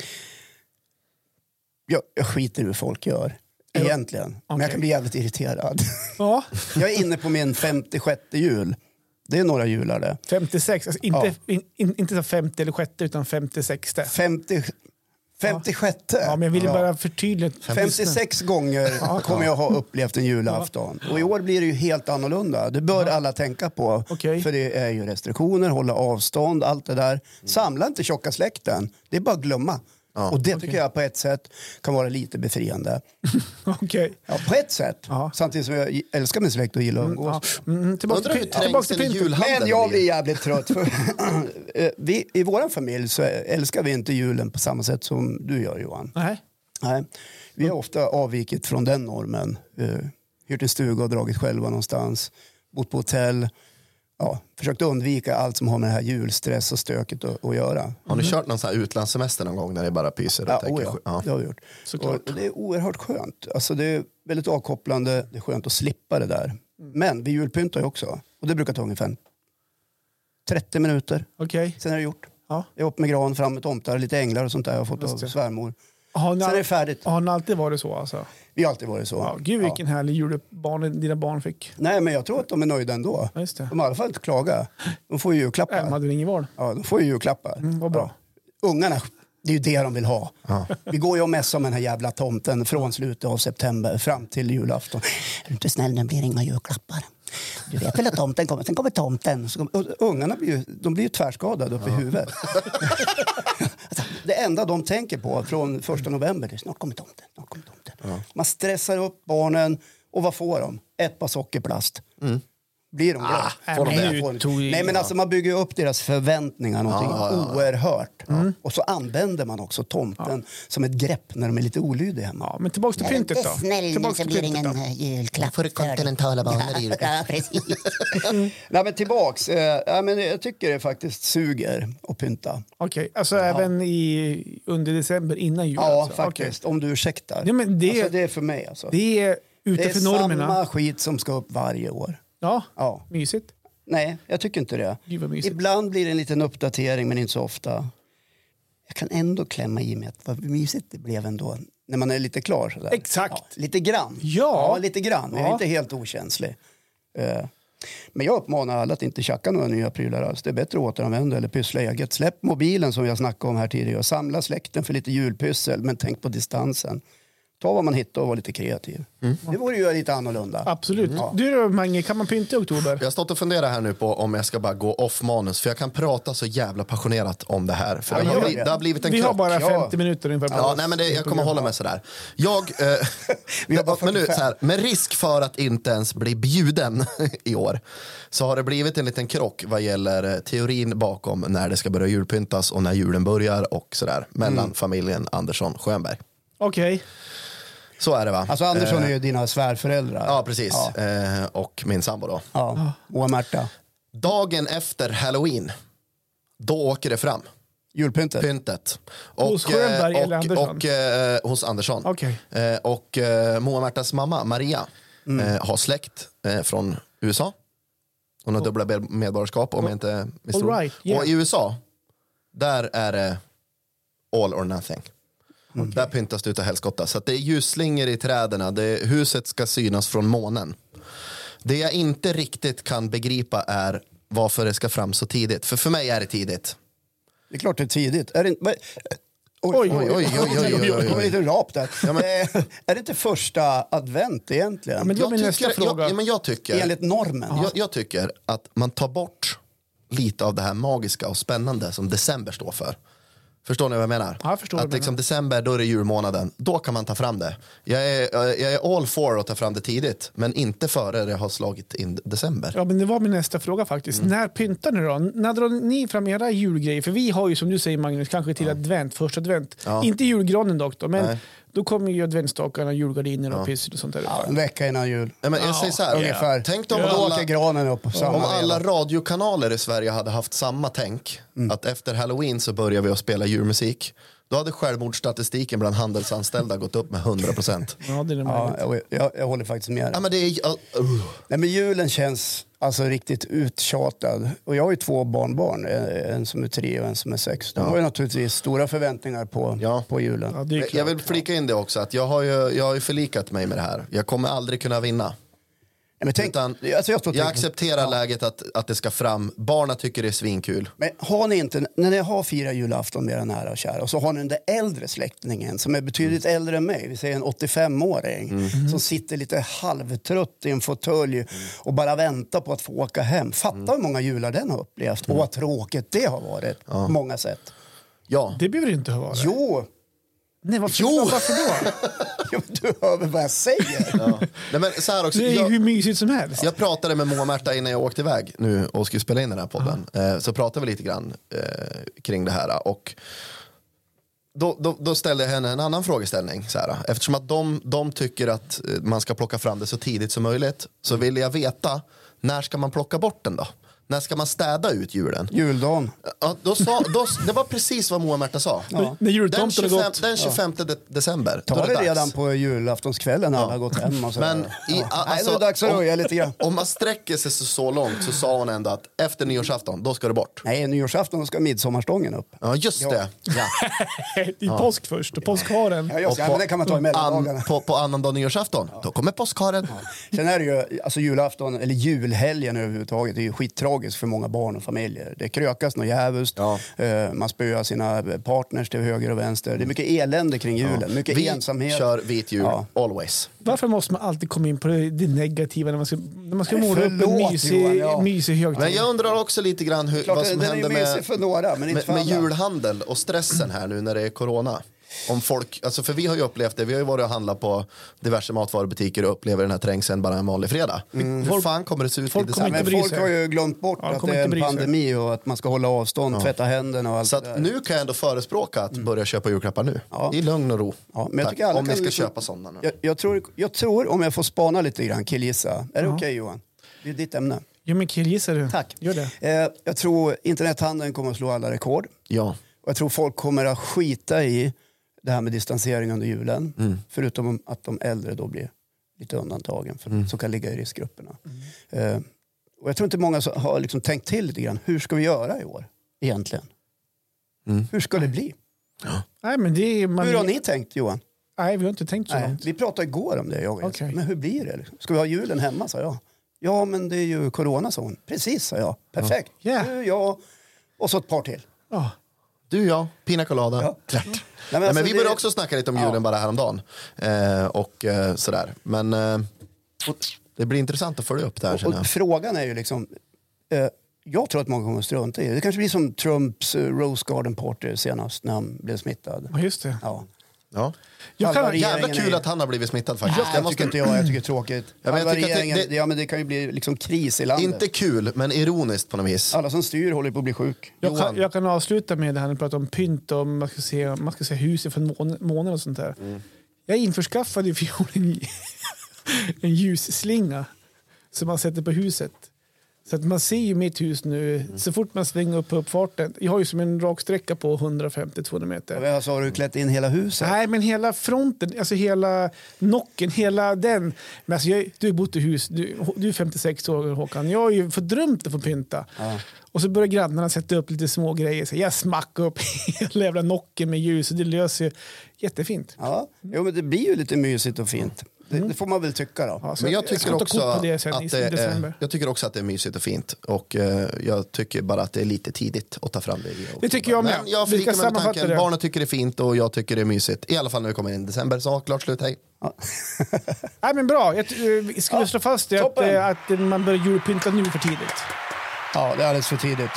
jag, jag skiter i hur folk gör. Egentligen. Okay. Men jag kan bli jävligt irriterad. Ja. Jag är inne på min femtiosjätte jul. Det är några jular det. femtiosex, alltså inte, ja. in, in, inte så femtio eller sjätte utan femtiosexte. femtio, femtiosjätte? Ja, men jag ville ja. bara förtydliga. femtiosex gånger ja. kommer jag ha upplevt en julafton. Och i år blir det ju helt annorlunda. Det bör ja. alla tänka på. Okay. För det är ju restriktioner, hålla avstånd, allt det där. Samla inte tjocka släkten. Det är bara att glömma. Ja. Och det tycker okay. jag på ett sätt kan vara lite befriande. okay. Ja, på ett sätt. Ja. Samtidigt som jag älskar min släkt och gillar att umgås. Mm, ja. mm, tillbaka till, tillbaka till pynten. Men jag blir jävligt trött. För vi, i vår familj så älskar vi inte julen på samma sätt som du gör, Johan. Nej. Nej. Vi har ofta avvikit från den normen. Uh, hyrt en stuga och dragit själva någonstans. Bott på hotell. Ja, försökt undvika allt som har med det här julstress och stöket att, att göra. Har ni kört någon sån här utlandssemester någon gång när det bara pyser? Och ja, tänker, ja, ja, det har vi gjort. Och det är oerhört skönt. Alltså det är väldigt avkopplande. Det är skönt att slippa det där. Men vi julpyntar ju också. Och det brukar ta ungefär trettio minuter. Okay. Sen är det gjort. Ja. Jag är upp med gran, fram med tomtar, lite änglar och sånt där jag har fått av svärmor. Har ni, Sen är det färdigt. Har ni alltid varit så alltså? Vi har alltid varit så. Ja, gud vilken ja. härlig jul barn, dina barn fick. Nej, men jag tror att de är nöjda ändå. Just det. De har i alla fall inte klaga. De får ju julklappar. Även hade du ingen val. Ja, de får ju julklappar. Mm, vad bra. Ja. Ungarna, det är ju det de vill ha. Ja. Vi går ju och mässar med den här jävla tomten från slutet av september fram till julafton. Är du inte snäll, det blir inga julklappar. Du vet väl att tomten kommer, sen kommer tomten. Så kommer, ungarna blir ju, de blir ju tvärskadade upp ja. i huvudet. Det enda de tänker på från första november, det är snart kommer tomten. Snart kommer tomten. Ja. Man stressar upp barnen och vad får de? Ett par sockerplast. Mm. Blir de glada? Ah, får de det? Får de. Nej, men alltså man bygger upp deras förväntningar någonting ah, ja, ja. oerhört. Mm. Och så använder man också tomten ja. som ett grepp när de är lite olydiga hemma. Ja, men tillbaka till pyntet då. Snäll, tillbaka så blir det ingen då. julklapp. För det kontinentala banor i det. Ja, precis. Nej, men tillbaks. Eh, ja, men jag tycker det faktiskt suger att pynta. Okej, okay. alltså ja. även i, under december innan jul? Ja, alltså. faktiskt. Okay. Om du ursäktar. Ja, men det, alltså, det är för mig. Alltså. Det är utanför normerna. Det är samma skit som ska upp varje år. Ja, ja, mysigt. Nej, jag tycker inte det. Ibland blir det en liten uppdatering, men inte så ofta. Jag kan ändå klämma i mig att vad mysigt det blev ändå när man är lite klar. Sådär. Exakt. Ja, lite grann. Ja. ja lite grann. Jag är ja. inte helt okänslig. Uh, men jag uppmanar alla att inte tjacka några nya prylar alls. Det är bättre att återanvända eller pyssla eget. Släpp mobilen som jag snackade om här tidigare och samla släkten för lite julpyssel, men tänk på distansen. Ta vad man hittar och vara lite kreativ. Mm. Det vore ju lite annorlunda. Absolut. Mm. Du då, Mange, kan man pynta i oktober? Jag har stått och funderat här nu på om jag ska bara gå off manus. För jag kan prata så jävla passionerat om det här. För ja, det, har blivit, det har blivit en Vi krock. har bara femtio ja. minuter ungefär. Ja, nej, men det, jag kommer hålla mig sådär. Jag, eh, Vi har bara men nu, så här, med risk för att inte ens bli bjuden i år, så har det blivit en liten krock vad gäller teorin bakom när det ska börja julpyntas och när julen börjar och sådär. Mellan mm. familjen Andersson-Schönberg. Okej. Okay. Så är det, va? Alltså Andersson är ju dina svärföräldrar. Ja, precis. Ja. Eh, och min sambo då. Ja, och Märta. Dagen efter Halloween, då åker det fram. Julpyntet? Pyntet. Och, hos Schönberg och, eller Andersson? Och, och eh, hos Andersson. Okay. Eh, och eh, Moa Märtas mamma, Maria, mm. eh, har släkt eh, från U S A. Hon har oh. dubbla medborgarskap om oh. jag inte misstror. Right, yeah. Och i U S A, där är det all or nothing. Okay. Där pyntas det ut av helskotta. Så att det är ljusslingor i träden. Det, huset ska synas från månen. Det jag inte riktigt kan begripa är varför det ska fram så tidigt. För för mig är det tidigt. Det är klart det är tidigt. Är det inte... Oj, oj, oj, oj, oj, oj, oj. Det var lite rap där. Ja, men... Är det inte första advent egentligen? Ja, men det var min nästa fråga. Jag, ja, men jag tycker, enligt normen. Jag, jag tycker att man tar bort lite av det här magiska och spännande som december står för. Förstår ni vad jag menar? Ja, jag förstår att liksom december, då är det julmånaden. Då kan man ta fram det. Jag är, jag är all for att ta fram det tidigt. Men inte före det har slagit in december. Ja, men det var min nästa fråga faktiskt. Mm. När pyntar ni då? När drar ni fram era julgrejer? För vi har ju, som du säger Magnus, kanske till ja. advent, första advent. Ja. Inte julgranen dock då, men... Nej. Då kommer ju adventstakarna, julgardiner och ja. piss och sånt där. Ja, en vecka innan jul. Ja, men jag säger så här, ungefär. Ja. Tänk om, ja. alla, granen upp om alla radiokanaler i Sverige hade haft samma tänk. Mm. Att efter Halloween så börjar vi att spela julmusik. Då hade självmordsstatistiken bland handelsanställda gått upp med hundra procent. Ja, det är det ja, jag, jag, jag håller faktiskt med. Ja, men det är, uh, uh. Nej, men julen känns alltså riktigt uttjatad. Och jag har ju två barnbarn, en som är tre och en som är sex. De ja. har ju naturligtvis stora förväntningar på, ja. på julen. Ja, det är jag vill flika in det också, att jag har, ju, jag har ju förlikat mig med det här. Jag kommer aldrig kunna vinna. Ja, men tänk, Utan, alltså jag, jag accepterar ja. läget att, att det ska fram. Barnen tycker det är svinkul. Men har ni inte, när ni har fyra julafton med era nära och kära, och så har ni den där äldre släktningen som är betydligt mm. äldre än mig, vi säger en åttiofem-åring mm. som sitter lite halvtrött i en fåtölj mm. och bara väntar på att få åka hem. Fatta mm. hur många jular den har upplevt mm. och vad tråkigt det har varit ja. på många sätt. Ja. Det behöver det inte ha varit. Jo! Nej, varför, jo. varför då? Jo, du hör väl vad jag säger. Ja. Nej, men så här också, det är ju hur mysigt som helst. Jag pratade med Moa Märta innan jag åkte iväg nu och skulle spela in den här podden. Uh. Så pratade vi lite grann eh, kring det här. Och då, då, då ställde jag henne en annan frågeställning. Så här, eftersom att de, de tycker att man ska plocka fram det så tidigt som möjligt, så vill jag veta, när ska man plocka bort den då? När ska man städa ut julen? Juldagen. Ja, då sa, då, det var precis vad Moa Märta sa. Ja. Den, tjugofem, den tjugofemte ja. december. Tar det redan på julaftonskvällen när ja. alla har gått hem. Och så Men i, ja. alltså, Nej, det är dags att röja lite grann. Om man sträcker sig så, så långt så sa hon ändå att efter nyårsafton, då ska det bort. Nej, nyårsafton ska midsommarstången upp. Ja, just ja. det. Ja. I ja. påsk först, och påskharen. Ja, just, ja, men det kan man ta i mellandagarna. An, på, på annandag nyårsafton, ja. då kommer påskharen. Ja. Sen är det ju, alltså julafton, eller julhelgen överhuvudtaget, det är ju skittragiskt för många barn och familjer. Det krökas något jävust. Ja. Uh, man spöar sina partners till höger och vänster. Det är mycket elände kring julen. Ja. Mycket Vi ensamhet. Vi kör vit jul, ja. always. Varför måste man alltid komma in på det, det negativa när man ska, när man ska måla upp en mysig, ja. mysig högtid? Men jag undrar också lite grann hur, Klart, vad som händer med, för några, men inte med, med julhandel och stressen här nu när det är corona. Om folk, alltså för vi har ju upplevt det, vi har ju varit och handlat på diverse matvarubutiker och upplever den här trängseln bara en vanlig fredag. Mm. Hur folk, fan kommer det se ut folk i december? Men folk har ju glömt bort ja, att det är en pandemi och att man ska hålla avstånd, ja. tvätta händerna och allt. Så att nu kan jag ändå förespråka att börja köpa julklappar nu. Ja. I lugn och ro. Ja, men jag alla om ni ska liksom, köpa sådana nu. Jag, jag, tror, jag tror, om jag får spana lite grann, killgissa. Är det okej okay, Johan? Det är ditt ämne. Ja, men killgissar du. Tack. Gör det. Eh, jag tror internethandeln kommer att slå alla rekord. Ja. Och jag tror folk kommer att skita i det här med distansering under julen. Mm. Förutom att de äldre då blir lite undantagen för, mm. som kan ligga i riskgrupperna. Mm. Uh, och jag tror inte många har liksom tänkt till lite grann. Hur ska vi göra i år egentligen? Mm. Hur ska det bli? Ja. Nej, men det är man... Hur har ni tänkt, Johan? Nej, vi har inte tänkt så Nej, långt. Vi pratade igår om det, jag och okay. Men hur blir det? Ska vi ha julen hemma, sa jag. Ja, men det är ju corona, sa hon. Precis, sa jag. Perfekt. Ja. Yeah. Du, jag och så ett par till. Ja. Du, jag, pina colada. Ja. Klart. Nej, men, alltså, Nej, men vi började det... också snacka lite om julen ja. bara häromdagen. Eh, och eh, sådär. Men eh, det blir intressant att följa upp det här. Och, och frågan är ju liksom... Eh, jag tror att många kommer att strunta i det. Det kanske blir som Trumps uh, Rose Garden Party senast när han blev smittad. Ja, just det. Ja. Ja. Jag kan, jävla kul är... att han har blivit smittad faktiskt. Ja, jag måste... tycker inte jag, jag tycker det är tråkigt. Ja, men, jag regeringen... det, det... Ja, men det kan ju bli liksom kris i landet. Inte kul, men ironiskt på något vis. Alla som styr håller på att bli sjuk. Jag kan, jag kan avsluta med det här när pratar om pynt och man ska se, man ska se huset för en månad och sånt där. Mm. Jag införskaffade i fjol en, en ljusslinga som man sätter på huset. Så att man ser ju mitt hus nu, mm. så fort man svänger upp på uppfarten. Jag har ju som en rak sträcka på hundrafemtio till tvåhundra meter. Ja, så har du klätt in hela huset? Nej, men hela fronten, alltså hela nocken, hela den. Men alltså jag, du har bott i hus, du, du är femtiosex år Håkan. Jag har ju fördrömt att få pynta. Ja. Och så börjar grannarna sätta upp lite små grejer. Så jag smackar upp hela jävla nocken med ljus och det löser ju jättefint. Ja, jo, men det blir ju lite mysigt och fint. Det, mm. det får man väl tycka då. Ja, men jag tycker, jag, också att det är, jag tycker också att det är mysigt och fint. Och uh, jag tycker bara att det är lite tidigt att ta fram det. Det tycker jag med. Men jag förlikar mig med tanken. Barnen tycker det är fint och jag tycker det är mysigt. I alla fall när vi kommer in i december. Så klart slut, hej. Ja. Nej, men bra. Jag skulle ja, slå fast det att, att man börjar julpynta nu för tidigt. Ja, det är alldeles för tidigt.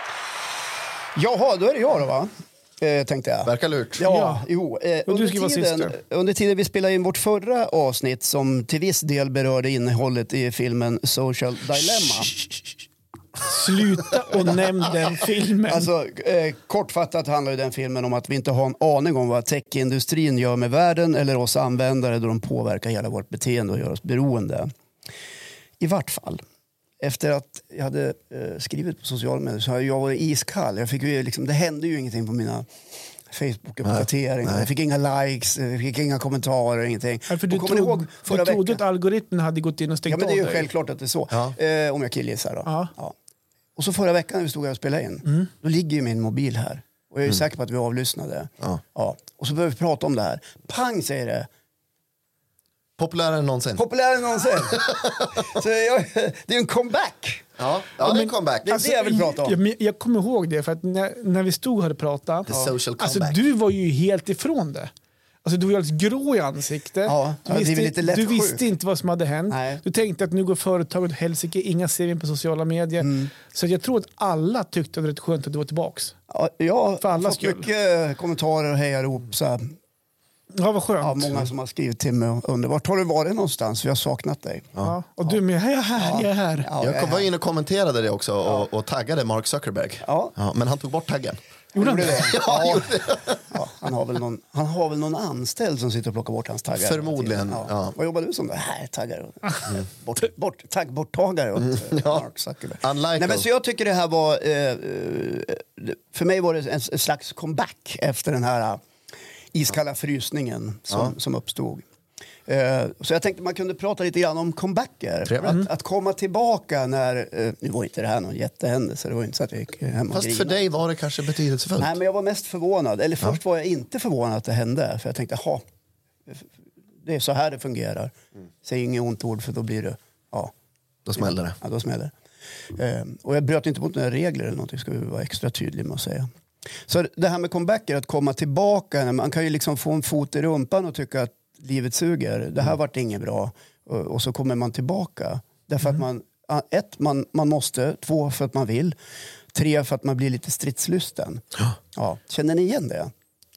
Jaha, då är det jag då, va? Eh, tänkte jag. Verkar lurt. Ja, ja. Jo. Eh, under, tiden, under tiden vi spelade in vårt förra avsnitt som till viss del berörde innehållet i filmen Social Dilemma. Sluta och nämn den filmen. Alltså, eh, kortfattat handlar ju den filmen om att vi inte har en aning om vad techindustrin gör med världen eller oss användare då de påverkar hela vårt beteende och gör oss beroende. I vart fall. Efter att jag hade eh, skrivit på sociala medier så har jag varit iskall. Jag fick ju liksom, det hände ju ingenting på mina Facebook-uppdateringar. Jag fick inga likes, jag fick inga kommentarer, ingenting. Ja, för du trodde, ihåg förra du trodde att algoritmen hade gått in och stängt av dig. Ja, men det är ju självklart att det är så. Ja. Eh, om jag killgissar då. Ja. Ja. Och så förra veckan när vi stod här och spelade in, mm. då ligger ju min mobil här. Och jag är mm. säker på att vi avlyssnade. Ja. Ja. Och så börjar vi prata om det här. Pang, säger det. Populärare än någonsin. Populärare än någonsin. Så jag, det är en comeback. Ja, ja, det är en comeback. Det är alltså, det jag vill prata om. Jag, jag kommer ihåg det, för att när, när vi stod här och pratade. The social alltså, comeback. du var ju helt ifrån det. Alltså, du var alldeles grå i ansiktet. Ja, du visste, det är lite lätt du visste inte vad som hade hänt. Nej. Du tänkte att nu går företaget helsike, inga ser på sociala medier. Mm. Så jag tror att alla tyckte att det var rätt skönt att du var tillbaks. Ja, jag har fått mycket kommentarer och hejarop så här. Ja, vad skönt. Ja, många som har skrivit till mig och undrar, vart har du varit någonstans? Vi har saknat dig. Ja. Ja. Och du med, jag är här, ja. jag är här. Ja, jag, jag var inne och kommenterade det också och, och taggade Mark Zuckerberg. Ja. Ja, men han tog bort taggen. Gjorde han det? Ja. Ja, han, har väl någon, han har väl någon anställd som sitter och plockar bort hans taggar. Förmodligen. Ja. Ja. Vad jobbar du som? Här, taggare. Mm. Bort, bort, tagg, borttagare åt mm. ja. Mark Zuckerberg. Nej, men så jag tycker det här var, eh, för mig var det en, en slags comeback efter den här iskalla frysningen som, ja. som uppstod. Uh, så jag tänkte man kunde prata lite grann om comebacker. Att, att komma tillbaka när... Uh, nu var inte det här någon jättehändelse. Det var inte så att jag gick hem och Fast grina. För dig var det kanske betydelsefullt. Nej, men jag var mest förvånad. Eller först ja. var jag inte förvånad att det hände. För jag tänkte, jaha, det är så här det fungerar. Mm. Säg inget ont ord för då blir det... Ja, då smäller det. Ja, då smäller det. Uh, och jag bröt inte mot några regler eller någonting. Ska vi vara extra tydlig med att säga. Så det här med comebacker, att komma tillbaka, man kan ju liksom få en fot i rumpan och tycka att livet suger. Det här mm. vart inget bra. Och, och så kommer man tillbaka. Därför mm. att man, ett, man, man måste. Två, för att man vill. Tre, för att man blir lite stridslysten. Ja. Ja. Känner ni igen det?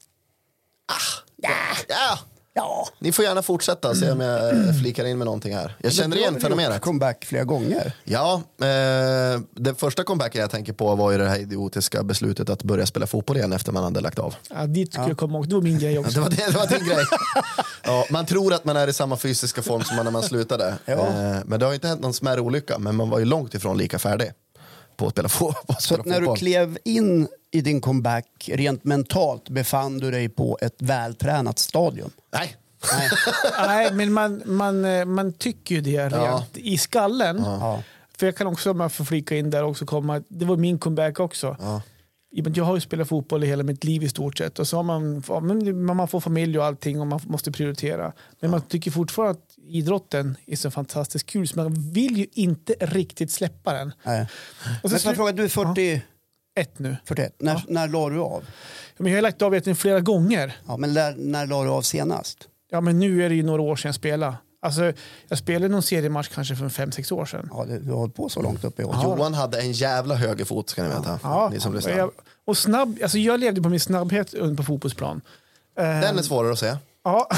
Ah, ja. Ja. Ja. Ni får gärna fortsätta, se om jag flikar in med någonting här. Jag känner igen fenomenet. Comeback flera gånger. Ja, eh, den första comebacken jag tänker på var ju det här idiotiska beslutet att börja spela fotboll igen efter man hade lagt av. Ja, dit skulle ja. jag komma ihåg. Det var min grej också. det, var det, det var din grej. Ja, man tror att man är i samma fysiska form som man när man slutade. Ja. Eh, men det har inte hänt någon smärre olycka, men man var ju långt ifrån lika färdig på att spela, få, på att spela Så fotboll. När du klev in i din comeback rent mentalt befann du dig på ett vältränat stadion? Nej. Nej. Nej, men man, man, man tycker ju det rent ja. i skallen. Ja. För jag kan också, om jag får flika in där också, komma, det var min comeback också. Ja. Jag har ju spelat fotboll i hela mitt liv i stort sett. Och så har man, man får familj och allting och man måste prioritera. Men ja. man tycker fortfarande att idrotten är så fantastiskt kul så man vill ju inte riktigt släppa den. Nej. Och så men jag frågar, du är fyrtioett ja. nu. fyrtioett. När, ja. när la du av? Ja, men jag har lagt av det flera gånger. Ja, men när, när la du av senast? Ja, men nu är det ju några år sedan jag spelade. Alltså, jag spelade någon seriematch kanske för fem sex år sedan. Ja, du har hållit på så långt upp i år. Ja. Johan hade en jävla högerfot, ska ni veta. Ja, ni som och, jag, och snabb, alltså jag levde på min snabbhet på fotbollsplan. Den är svårare att säga. Ja.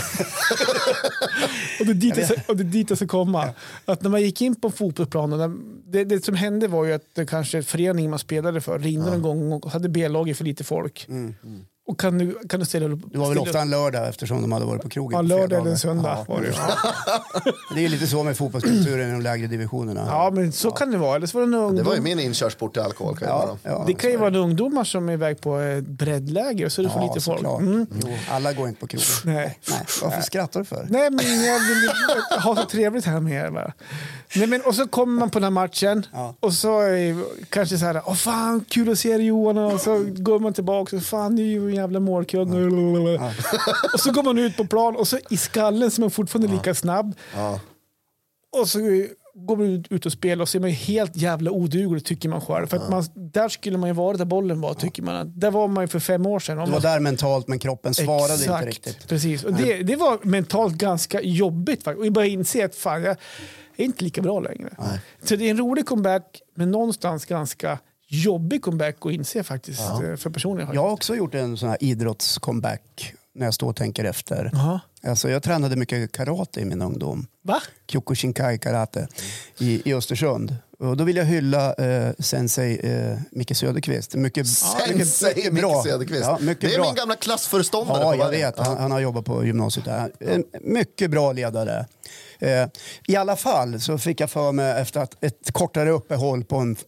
och, det dit jag, och det dit jag ska komma. Ja. Att när man gick in på fotbollsplanen, det, det som hände var ju att det kanske föreningen man spelade för ringde ja. en gång och hade B-laget för lite folk. Mm. Mm. Och kan du, kan du ställa upp? Det var väl ofta en lördag eftersom de hade varit på krogen. Ja, lördag eller en söndag ja. var det. Ja. Det är lite så med fotbollskulturen i de lägre divisionerna. Ja, men så ja. kan det vara. Eller så var det, en ungdom... det var ju min inkörsport till alkohol. Kan ja, ja, det kan ju vara en ungdomar som är iväg på ett breddläger så du ja, får lite folk. Mm. Jo, alla går inte på krogen. Nej. Nej. Varför Nej. skrattar du för? Nej, men jag vill ha så trevligt här med er. Bara. Nej, men, och så kommer man på den här matchen ja. och så är kanske så här, åh fan, kul att se dig Johan. Och så går man tillbaka och fan, det är ju en jävla målkund. Ja. Ja. Och så går man ut på plan och så i skallen som är fortfarande ja. lika snabb. Ja. Och så går man ut, ut och spelar och så är man helt jävla oduglig tycker man själv. För att man, där skulle man ju vara där bollen var tycker man. Där var man ju för fem år sedan. Det var där mentalt men kroppen svarade Exakt, inte riktigt. Precis. Och det, det var mentalt ganska jobbigt faktiskt. Och jag började inse att fan, jag är inte lika bra längre. Nej. Så det är en rolig comeback men någonstans ganska jobbig comeback att inse faktiskt ja. för personer. Jag har också gjort en sån här idrottscomeback när jag står och tänker efter. Aha. Alltså, jag tränade mycket karate i min ungdom. Va? Kyokushinkai karate i, i Östersund. Och då vill jag hylla eh, sensei eh, Micke Söderqvist. Mycket, ja, sensei mycket bra. Micke Söderqvist. Ja, mycket det är bra. Min gamla klassföreståndare. Ja, jag vet. Han, han har jobbat på gymnasiet där. En mycket bra ledare. Eh, I alla fall så fick jag för mig efter att ett kortare uppehåll på en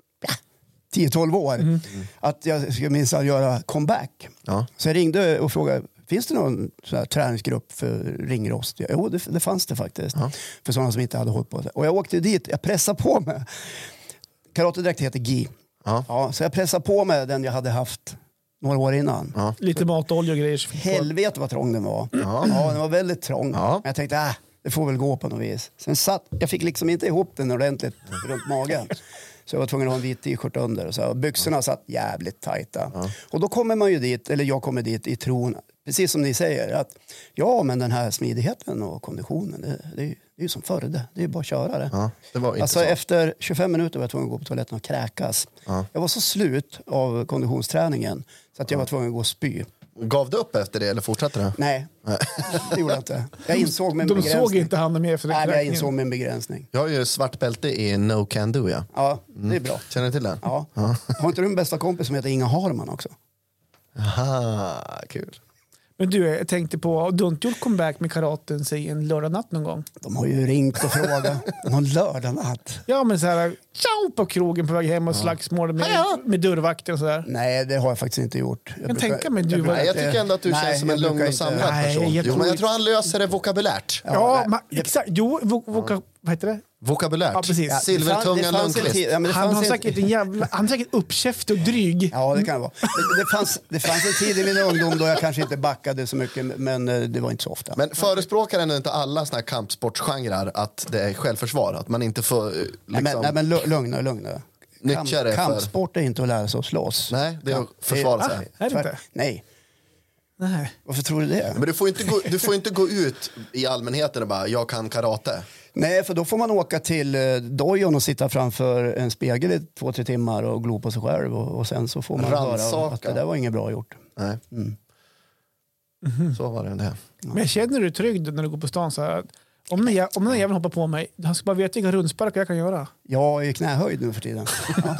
tio tolv år mm. att jag ska minst göra comeback. Ja. Så jag ringde och frågade, finns det någon sån här träningsgrupp för ringrost? Jo, det, det fanns det faktiskt. Ja. För sådana som inte hade hållit på det. Och jag åkte dit, jag pressade på mig. Karatedräkt heter Gi. Ja. Ja, så jag pressade på mig den jag hade haft några år innan. Ja. Lite matolja och grejer. Helvete vad trång den var. Ja, ja den var väldigt trång. Ja. Men jag tänkte, äh, det får väl gå på något vis. Sen satt, jag fick liksom inte ihop den ordentligt runt magen. Så jag var tvungen att ha en vit t-shirt under. Så byxorna satt jävligt tajta. Ja. Och då kommer man ju dit, eller jag kommer dit i tron, precis som ni säger, att ja, men den här smidigheten och konditionen, det, det, är, ju, det är ju som förr det. Det är ju bara att köra det. Ja, det var inte alltså så. Efter tjugofem minuter var jag tvungen att gå på toaletten och kräkas. Ja. Jag var så slut av konditionsträningen så att jag var tvungen att gå och spy. Gav du upp efter det eller fortsatte det? Nej, det gjorde jag inte. Jag insåg med en De begränsning. såg inte han med för det. Nej, jag insåg med en begränsning. Jag har ju svart bälte i No Can Do, ja. Ja, det är bra. Mm. Känner du till den? Ja. ja. Har inte du en bästa kompis som heter Inga Harman också? Aha, kul. Men du, jag tänkte på, du har inte gjort comeback med karaten sig en lördagnatt någon gång? De har ju ringt och frågat. Någon lördagnatt? Ja, men så här, tjau på krogen på väg hem och ja. slagsmål med, med dörrvakter och sådär. Nej, det har jag faktiskt inte gjort. Jag, jag tänka mig, du jag, var, jag tycker ändå att du nej, känns som en lugn och samlad person. Jag jo, men jag tror han löser det vokabulärt. Ja, ja man, exakt. Jo, vo, voka, vad heter det? Vokabulärt. Ja, precis. Silvertunga Lundqvist. Ja, han har säkert en jävla, han är säkert uppkäft och dryg. Ja, det kan det vara. Det, det, fanns, det fanns en tid i min ungdom då jag kanske inte backade så mycket, men det var inte så ofta. Men förespråkar ändå inte alla såna här kampsportsgenrer att det är självförsvar? Att man inte får... Liksom... Nej, men, nej, men lugna, lugna. Kamp, för... Kampsport är inte att lära sig att slåss. Nej, det är att försvara sig. Ah, är det inte? Nej. Nej. Varför tror du det? Men du får inte gå, du får inte gå ut i allmänheten och bara, jag kan karate. Nej, för då får man åka till eh, dojon och sitta framför en spegel i två, tre timmar och glo på sig själv. Och, och sen så får man Rannsaka. höra att det där var inget bra gjort. Nej. Mm. Mm-hmm. Så var det det. Ja. Men känner du trygg när du går på stan så här? Om den, om den jäveln hoppar på mig, han ska bara veta vilka rundsparkar jag kan göra. Jag är i knähöjd nu för tiden. Ja.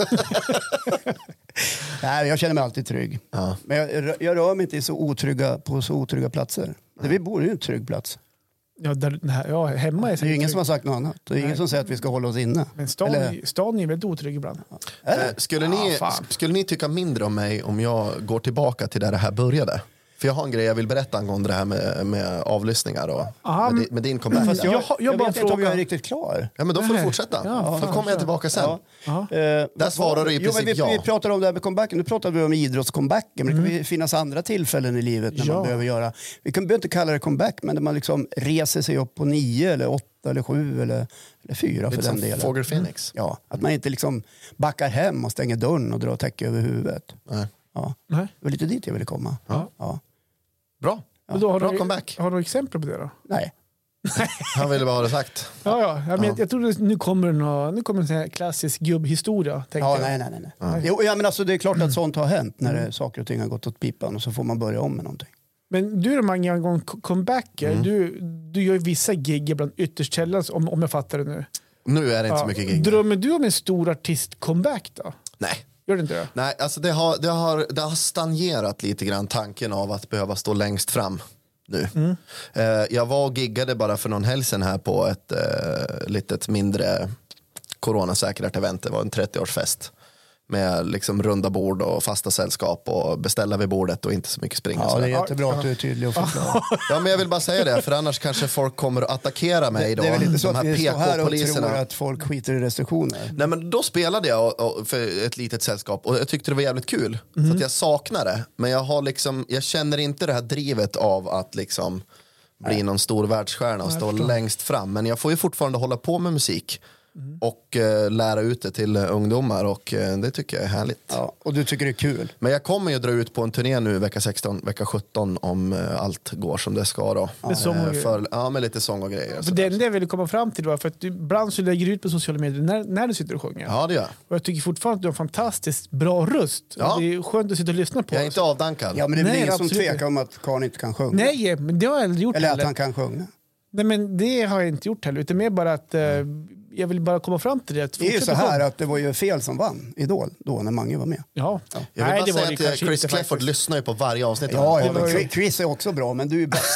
Nej, jag känner mig alltid trygg. Ja. Men jag, jag rör mig inte så otrygga, på så otrygga platser. Där vi bor är ju en trygg plats. Ja, där, ja, hemma är det är ju ingen som har sagt något annat. Det är Nej. ingen som säger att vi ska hålla oss inne. Men stan, Eller... stan är väldigt otrygg ibland. Ja. Äh, skulle, ni, ah, skulle ni tycka mindre om mig om jag går tillbaka till där det här började? För jag har en grej jag vill berätta angående det här med, med avlyssningar och Aha, med, med din comeback. Fast jag, jag, jag, jag bara vet inte om jag är riktigt klar. Ja, men då får du fortsätta. Ja, så kommer jag tillbaka sen. Ja. Ja. Där svarar du i princip jo, vi, ja. Vi pratar om det här med comebacken. Nu pratar vi om idrottscomebacken. Men det kan mm. finnas andra tillfällen i livet när ja. man behöver göra. Vi kan behöver inte kalla det comeback, men när man liksom reser sig upp på nio eller åtta eller sju eller, eller fyra för den delen. Fågel Phoenix. Mm. Ja, att man inte liksom backar hem och stänger dörren och drar täcke över huvudet. Nej. Ja. Nej. Det var lite dit jag ville komma. Ja. Ja. Bra. Ja. Då har, Bra du, comeback. har du exempel på det då? Nej. Han ville bara ha det sagt. Ja, ja. Jag, men, ja. jag tror att nu kommer en, nu kommer en sån här klassisk gubbhistoria. Ja, jag. nej, nej, nej. nej. Jo, ja, men alltså, det är klart att sånt har hänt när det, saker och ting har gått åt pipan och så får man börja om med någonting. Men du är många gånger comebacker. Mm. Du, du gör vissa gig ibland ytterst källan, om, om jag fattar det nu. Nu är det inte ja. så mycket gig. Drömmer du om en stor artist-comeback då? Nej. Gör det inte det? Nej, alltså det har, det har, det har stagnerat lite grann tanken av att behöva stå längst fram nu. Mm. Uh, jag var och giggade bara för någon helg sedan här på ett uh, litet mindre coronasäkert event. Det var en trettioårsfest. Med liksom runda bord och fasta sällskap och beställa vid bordet och inte så mycket springa. Ja, det är jättebra att du är tydlig och förklarar. Ja, men jag vill bara säga det, för annars kanske folk kommer att attackera mig då. Det är väl inte så de att här vi står här och poliserna. tror att folk skiter i restriktioner. Nej, men då spelade jag och, och, för ett litet sällskap och jag tyckte det var jävligt kul. Mm. Så att jag saknar det. Men jag, har liksom, jag känner inte det här drivet av att liksom bli Nej. någon stor världsstjärna och stå längst fram. Men jag får ju fortfarande hålla på med musik. Mm. Och uh, lära ut det till uh, ungdomar och uh, det tycker jag är härligt. Ja, och du tycker det är kul. Men jag kommer ju dra ut på en turné nu vecka sexton, vecka sjutton om uh, allt går som det ska då. Med sång och uh, för, ja, med lite sång och grejer. För det är det jag vill komma fram till då, för att du ibland så lägger ut på sociala medier när, när du sitter och sjunger. Ja, det gör. Och jag tycker fortfarande att du har en fantastiskt bra röst. Ja. Det är skönt att sitta och lyssna på. Jag är inte avdankad. Ja, men det är väl Nej, ingen som absolut. tvekar om att Karl inte kan sjunga. Nej, men det har jag aldrig gjort Eller heller. att han kan sjunga. Nej, men det har jag inte gjort heller. Utan mer bara att... Mm. Jag vill bara komma fram till det. Att det är ju så här att det var ju fel som vann Idol då när Mange var med. Ja. ja. Jag vill Nej, bara det säga var att det Chris Clafford lyssnar ju på varje avsnitt. Ja, ja, men Chris är också bra, men du är bäst.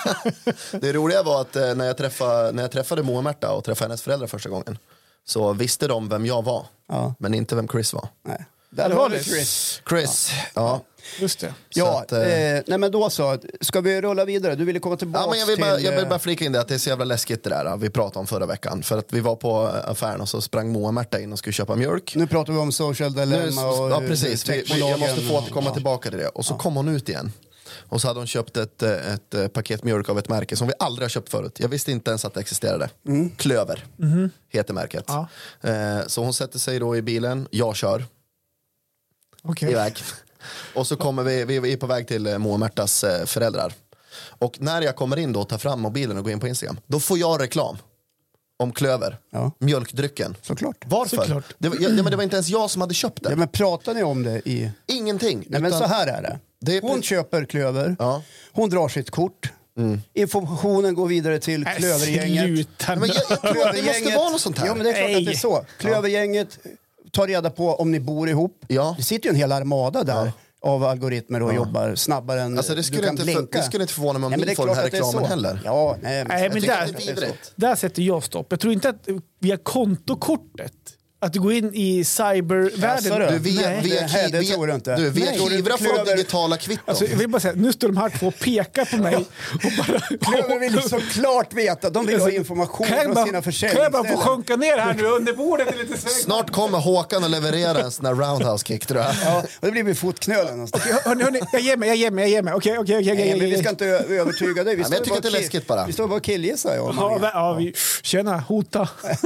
Det roliga var att när jag träffade, när jag träffade Moa Märta och träffade hennes föräldrar första gången så visste de vem jag var, ja. men inte vem Chris var. Nej. Där var det Chris. Chris, ja. ja. Just det. Ja, att, eh, nej men då så. Ska vi rulla vidare? Du ville komma tillbaka ja, men jag vill till... Bara, jag vill bara flika in det att det är så jävla läskigt det där vi pratade om förra veckan. För att vi var på affären och så sprang Moa Märta in och skulle köpa mjölk. Nu pratar vi om social dilemma och... Ja, precis. Vi, vi, jag måste få återkomma ja. tillbaka till det. Och så ja. kom hon ut igen. Och så hade hon köpt ett, ett, ett paket mjölk av ett märke som vi aldrig har köpt förut. Jag visste inte ens att det existerade. Mm. Klöver mm. heter märket. Ja. Eh, så hon sätter sig då i bilen. Jag kör. Okay. Iväg. Och så kommer vi, vi är på väg till Moa Märtas föräldrar. Och när jag kommer in då och tar fram mobilen och går in på Instagram, då får jag reklam om Klöver, ja. mjölkdrycken. Såklart. Varför? Såklart. Det, var, ja, men det var inte ens jag som hade köpt det. Ja, men pratar ni om det i... Ingenting. Nej, utan... men så här är det. det är... Hon köper Klöver, ja. hon drar sitt kort. Mm. Informationen går vidare till äh, Klövergänget. Men jag, jag, Klövergänget. Det måste vara något sånt här. Ja, men det är klart att det är så. Klövergänget tar reda på om ni bor ihop. Ja. Det sitter ju en hel armada där. Ja. Av algoritmer och ja. jobbar snabbare än alltså det skulle du kan inte blinka. För, det skulle inte förvåna mig om nej, ni får den här reklamen heller. Ja, nej, men, nej, men där, det där sätter jag stopp. Jag tror inte att via kontokortet att du går in i cybervärlden. Du, via, nej, via, det, det tror du inte. Du, via Kivra får du digitala kvitton. Alltså, jag vill bara säga, nu står de här två och pekar på mig. Och bara, Klöver vill ju såklart veta. De vill alltså, ha information från bara, sina försäljningsställen. Kan jag bara få sjunka ner här nu under bordet? Lite snart kommer Håkan och leverera en sån här roundhouse kick, tror jag. Ja, och det blir med fotknölen. Okay, hörni, hörni, jag ger mig, jag ger mig, jag ger mig. Okej, okej, okej. Nej, men vi ska inte övertyga dig. Vi nej, jag tycker att det är läskigt bara. Vi står bara och killgissar. Ja, ja, ja, vi, tjena, hota.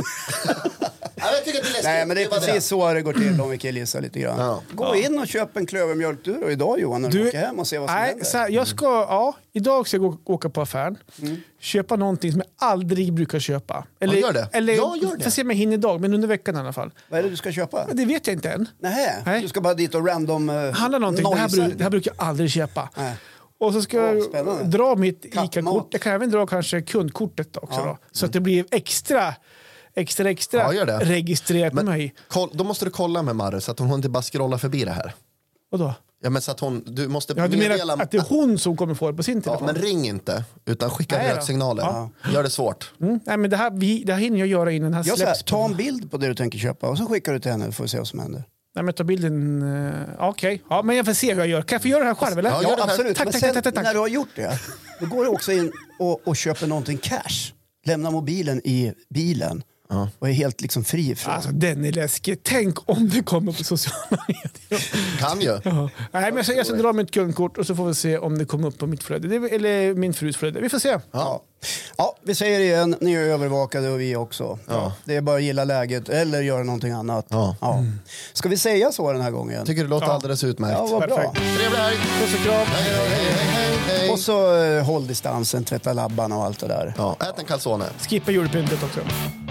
Ja, jag tycker att det är läskigt. Nej, men det är precis det. så det går till om vi killgissar lite grann. Ja. Gå in och köp en klövermjölk du då idag, Johan, när du, du åker hem och se vad som nej, händer. Så här, jag ska, ja, idag ska jag gå, åka på affären. Mm. Köpa någonting som jag aldrig brukar köpa. Eller, ja, gör det. Eller, ja, gör det. Får se om jag hinner idag, men under veckan i alla fall. Vad är det du ska köpa? Det vet jag inte än. Nähä, Nej. Du ska bara dit och random uh, handla någonting. Det här, bruk, det här brukar jag aldrig köpa. Nej. Och så ska oh, jag dra mitt ICA-kort. Jag kan även dra kanske kundkortet också. Ja. Då, så mm. att det blir extra... extra extra ja, registrerat med mig. Koll, då måste du kolla med Marre så att hon inte bara scrollar förbi det här. Och då? Ja, men så att hon, du måste ja, du menar att, att det är hon som kommer få det på sin telefon? Ja, men ring inte, utan skicka röksignaler. Ja. Gör det svårt. Mm. Nej, men det här, vi, det här hinner jag göra innan den här släpps. Här, ta en bild på det du tänker köpa och så skickar du till henne för att se vad som händer. Nej, men ta bilden... Uh, Okej, okay. ja, men jag får se hur jag gör. Kan jag få göra det här själv? Eller? Ja, ja absolut. Tack, men tack, sen, tack, tack, tack. när du har gjort det, då går du också in och, och köper någonting cash. Lämna mobilen i bilen. Ja. Och är helt liksom fri från. Alltså den är läskig. Tänk om det kommer på sociala medier. Kan ju. Ja. Nej, men jag ska, jag ska dra mitt kundkort och så får vi se om det kommer upp på mitt flöde. Det, eller min frus flöde. Vi får se. Ja. Ja, vi säger igen. Ni är övervakade och vi också. Ja. Det är bara att gilla läget eller göra någonting annat. Ja. Ja. Mm. Ska vi säga så den här gången? Jag tycker det låter ja. alldeles utmärkt. Ja, vad bra. Trevlig helg. Puss och kram. Hej, hej, hej, hej, hej. Och så uh, håll distansen, tvätta labbarna och allt det där. Ja, ät en calzone. Skippa julpyntet också.